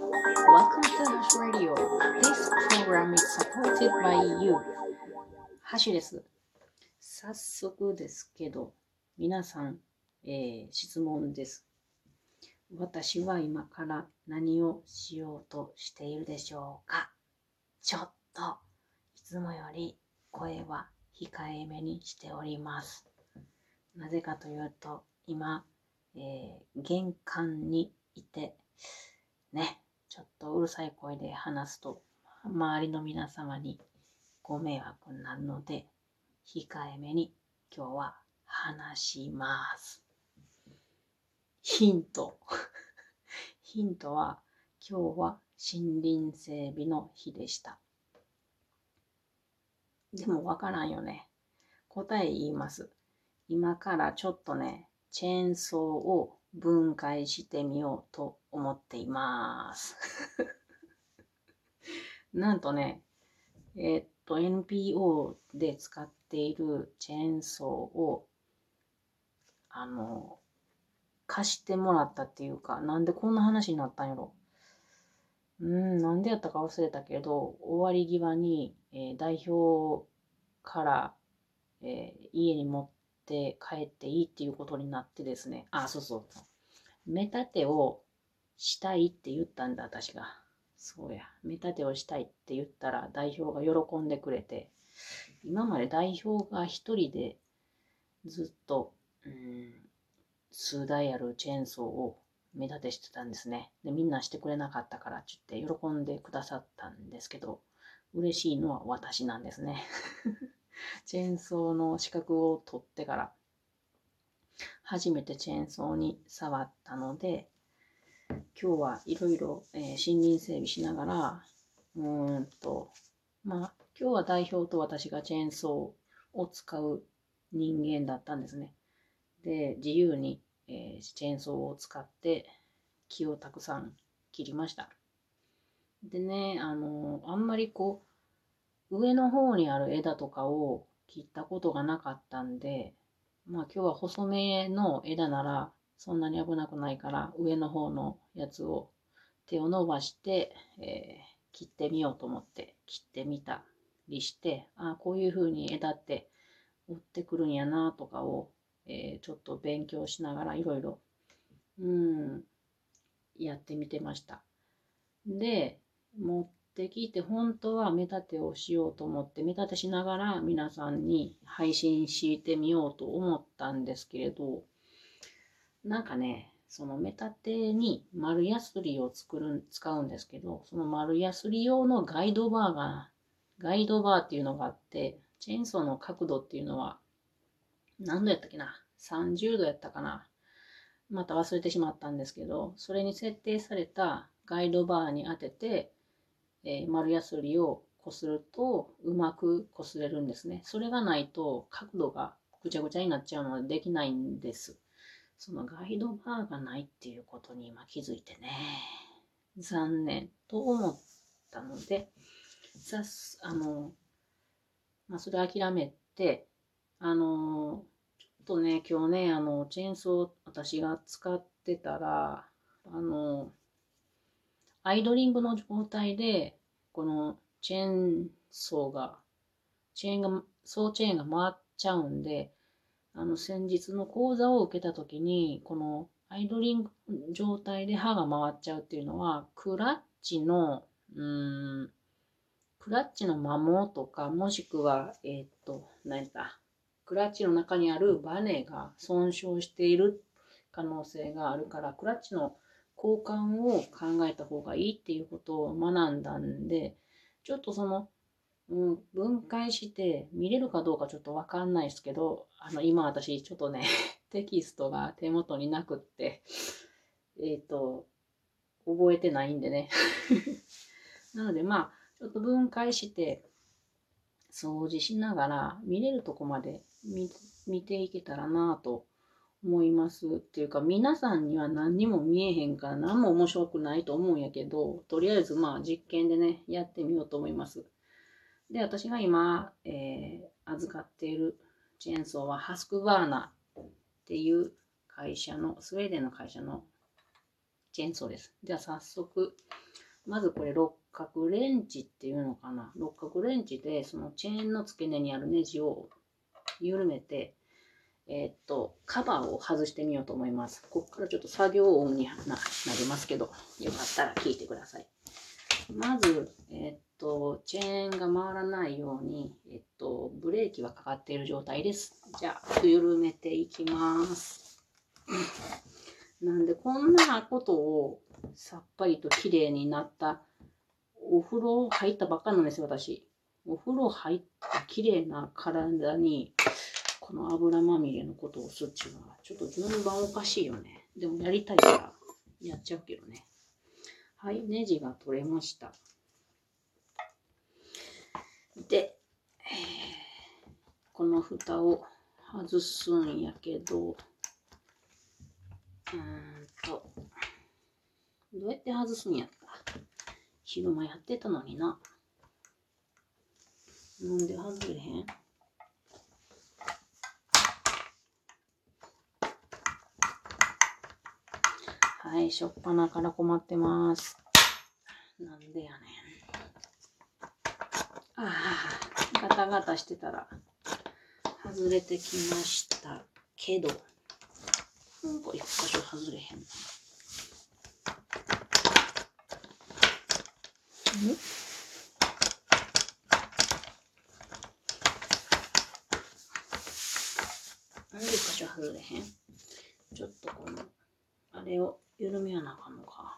Welcome to Hash Radio. This program is supported by you. ハッシュです。早速ですけど、皆さん、質問です。私は今から何をしようとしているでしょうか？ちょっと、いつもより声は控えめにしております。なぜかというと、今、玄関にいて、ね、ちょっとうるさい声で話すと、周りの皆様にご迷惑になるので、控えめに今日は話します。ヒント。ヒントは、今日は森林整備の日でした。でもわからんよね。答え言います。今からちょっとね、チェーンソーを分解してみようと思っています。なんとね、NPO で使っているチェーンソーを、貸してもらったっていうか、なんでこんな話になったんやろ。なんでやったか忘れたけど、終わり際に、代表から、家に持って帰っていいっていうことになってですね。あ、そうそう。目立てをしたいって言ったんだ、私が。そうや。目立てをしたいって言ったら代表が喜んでくれて、今まで代表が一人でずっと、数台あるチェーンソーを目立てしてたんですね。で、みんなしてくれなかったからって言って喜んでくださったんですけど、嬉しいのは私なんですね。チェーンソーの資格を取ってから初めてチェーンソーに触ったので、今日はいろいろ森林整備しながら、今日は代表と私がチェーンソーを使う人間だったんですね。で、自由に、チェーンソーを使って木をたくさん切りました。でね、あんまり上の方にある枝とかを切ったことがなかったんで、今日は細めの枝ならそんなに危なくないから上の方のやつを手を伸ばして、切ってみようと思って切ってみたりして、こういう風に枝って折ってくるんやなとかを、ちょっと勉強しながらいろいろやってみてました。で、持ってきて本当は目立てをしようと思って目立てしながら皆さんに配信してみようと思ったんですけれど、なんかね、その目立てに丸ヤスリを使うんですけど、その丸ヤスリ用のガイドバーっていうのがあって、チェーンソーの角度っていうのは、何度やったっけな ?30 度やったかな、また忘れてしまったんですけど、それに設定されたガイドバーに当てて、丸ヤスリをこするとうまくこすれるんですね。それがないと角度がぐちゃぐちゃになっちゃうのでできないんです。そのガイドバーがないっていうことに今気づいてね、残念と思ったので、それ諦めて、ちょっとね、今日ね、チェーンソー私が使ってたら、アイドリングの状態で、このチェーンソーが、チェーンが回っちゃうんで、先日の講座を受けたときに、このアイドリング状態で刃が回っちゃうっていうのは、クラッチの摩耗とか、もしくは、クラッチの中にあるバネが損傷している可能性があるから、クラッチの交換を考えた方がいいっていうことを学んだんで、ちょっと分解して見れるかどうかちょっとわかんないですけど、今私ちょっとね、テキストが手元になくって、覚えてないんでね。なのでちょっと分解して掃除しながら見れるとこまで見ていけたらなぁと思います。っていうか皆さんには何にも見えへんから何も面白くないと思うんやけど、とりあえず実験でね、やってみようと思います。で、私が今、預かっているチェーンソーはハスクバーナっていう会社の、スウェーデンの会社のチェーンソーです。じゃあ早速、まずこれ六角レンチっていうのかな。六角レンチでそのチェーンの付け根にあるネジを緩めて、カバーを外してみようと思います。ここからちょっと作業音になりますけど、よかったら聞いてください。まず、チェーンが回らないように、ブレーキはかかっている状態です。じゃあ、緩めていきます。なんで、こんなことをさっぱりと綺麗になったお風呂入ったばっかなんですよ、私。お風呂入った綺麗な体に、この油まみれのことをするっていうのは、ちょっと順番おかしいよね。でもやりたいからやっちゃうけどね。はい、ネジが取れました。で、この蓋を外すんやけど、どうやって外すんやった？昼間やってたのにな。なんで外れへん？はい、しょっぱなから困ってます。なんでやねん。ガタガタしてたら外れてきましたけど、これ一箇所外れへんな。なんで一箇所外れへん？ちょっとこの、あれを緩めやなあかんのか。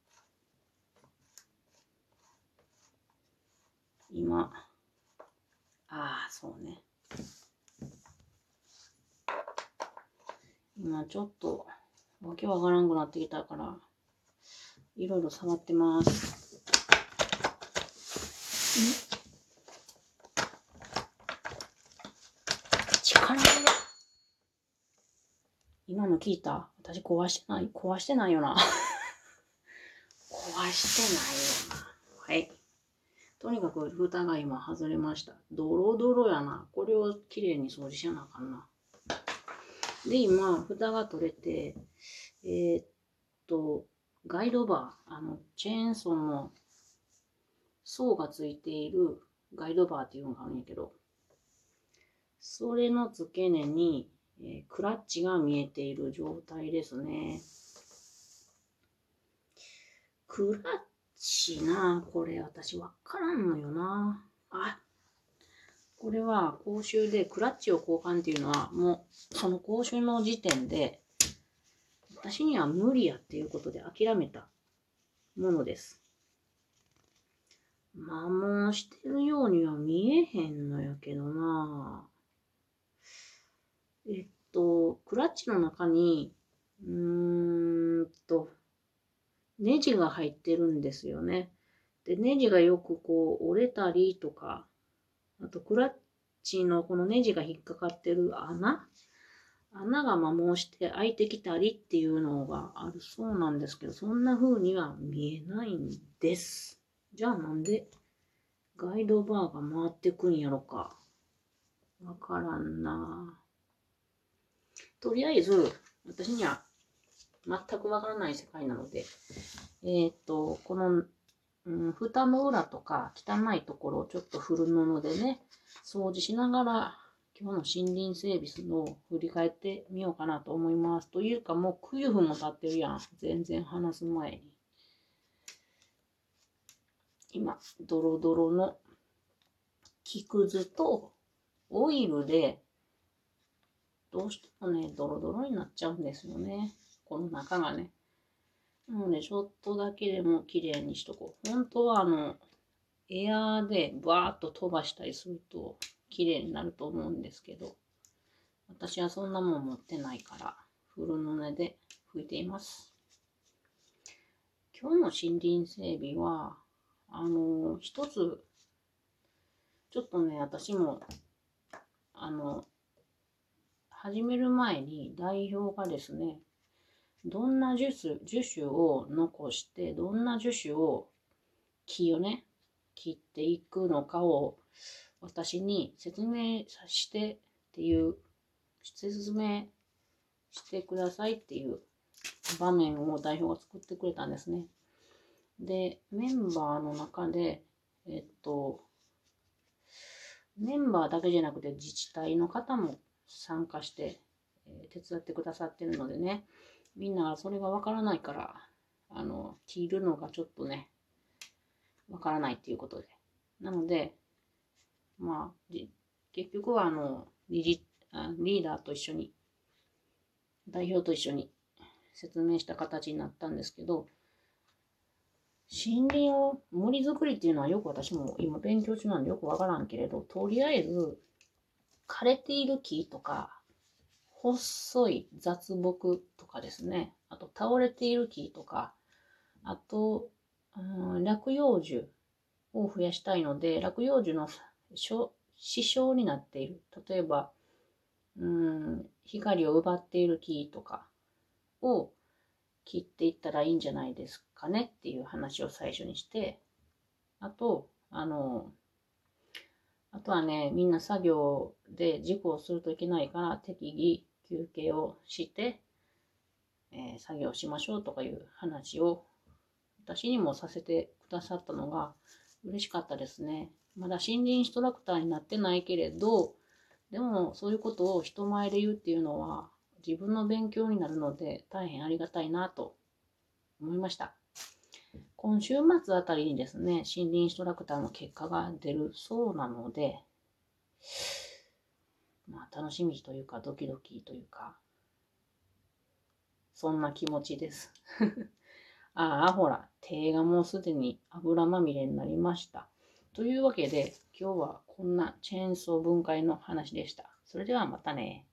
今、そうね。今ちょっと、わけわからんくなってきたから、いろいろ触ってます。力入れ。今の聞いた？私壊してないよな。壊してないよな。はい。とにかく蓋が今外れました。ドロドロやな。これをきれいに掃除しなあかんな。で、今、蓋が取れて、ガイドバー、チェーンソーの層がついているガイドバーっていうのがあるんやけど、それの付け根に、クラッチが見えている状態ですね。クラッチな、これ私わからんのよな。これは講習でクラッチを交換っていうのはもうその講習の時点で私には無理やっていうことで諦めたものです。摩耗してるようには見えへんのやけどな。クラッチの中にネジが入ってるんですよね。で、ネジがよくこう折れたりとか、あとクラッチのこのネジが引っかかってる穴が摩耗して開いてきたりっていうのがあるそうなんですけど、そんな風には見えないんです。じゃあなんでガイドバーが回ってくんやろか。わからんな。とりあえず、私には全くわからない世界なので、この、蓋の裏とか汚いところをちょっと古布でね、掃除しながら、今日の森林整備の振り返ってみようかなと思います。というか、もう9分も経ってるやん。全然話す前に。今、ドロドロの木くずとオイルで、どうしてもね、ドロドロになっちゃうんですよね。この中がね。なので、ちょっとだけでも綺麗にしとこう。本当はエアーでバーッと飛ばしたりすると綺麗になると思うんですけど、私はそんなもん持ってないから、古布で拭いています。今日の森林整備は、一つ、ちょっとね、私も、始める前に代表がですね、どんな樹種を残して、どんな樹種を木をね、切っていくのかを私に説明してくださいっていう場面を代表が作ってくれたんですね。で、メンバーの中で、メンバーだけじゃなくて自治体の方も参加して、手伝ってくださってるのでね、みんなそれがわからないから、切るのがちょっとね、わからないっていうことで。なので、まあ、結局はリーダーと一緒に、代表と一緒に説明した形になったんですけど、森林を、森作りっていうのはよく私も今勉強中なんでよくわからんけれど、とりあえず枯れている木とか、細い雑木とかですね、あと倒れている木とか、あと、落葉樹を増やしたいので、落葉樹の支障になっている。例えば、光を奪っている木とかを切っていったらいいんじゃないですかねっていう話を最初にして、あとはね、みんな作業で事故をするといけないから適宜休憩をして、作業しましょうとかいう話を私にもさせてくださったのが嬉しかったですね。まだ森林インストラクターになってないけれど、でもそういうことを人前で言うっていうのは自分の勉強になるので大変ありがたいなと思いました。今週末あたりにですね、森林インストラクターの結果が出るそうなので、まあ楽しみというかドキドキというか、そんな気持ちです。ああ、ほら、手がもうすでに油まみれになりました。というわけで、今日はこんなチェーンソー分解の話でした。それではまたね。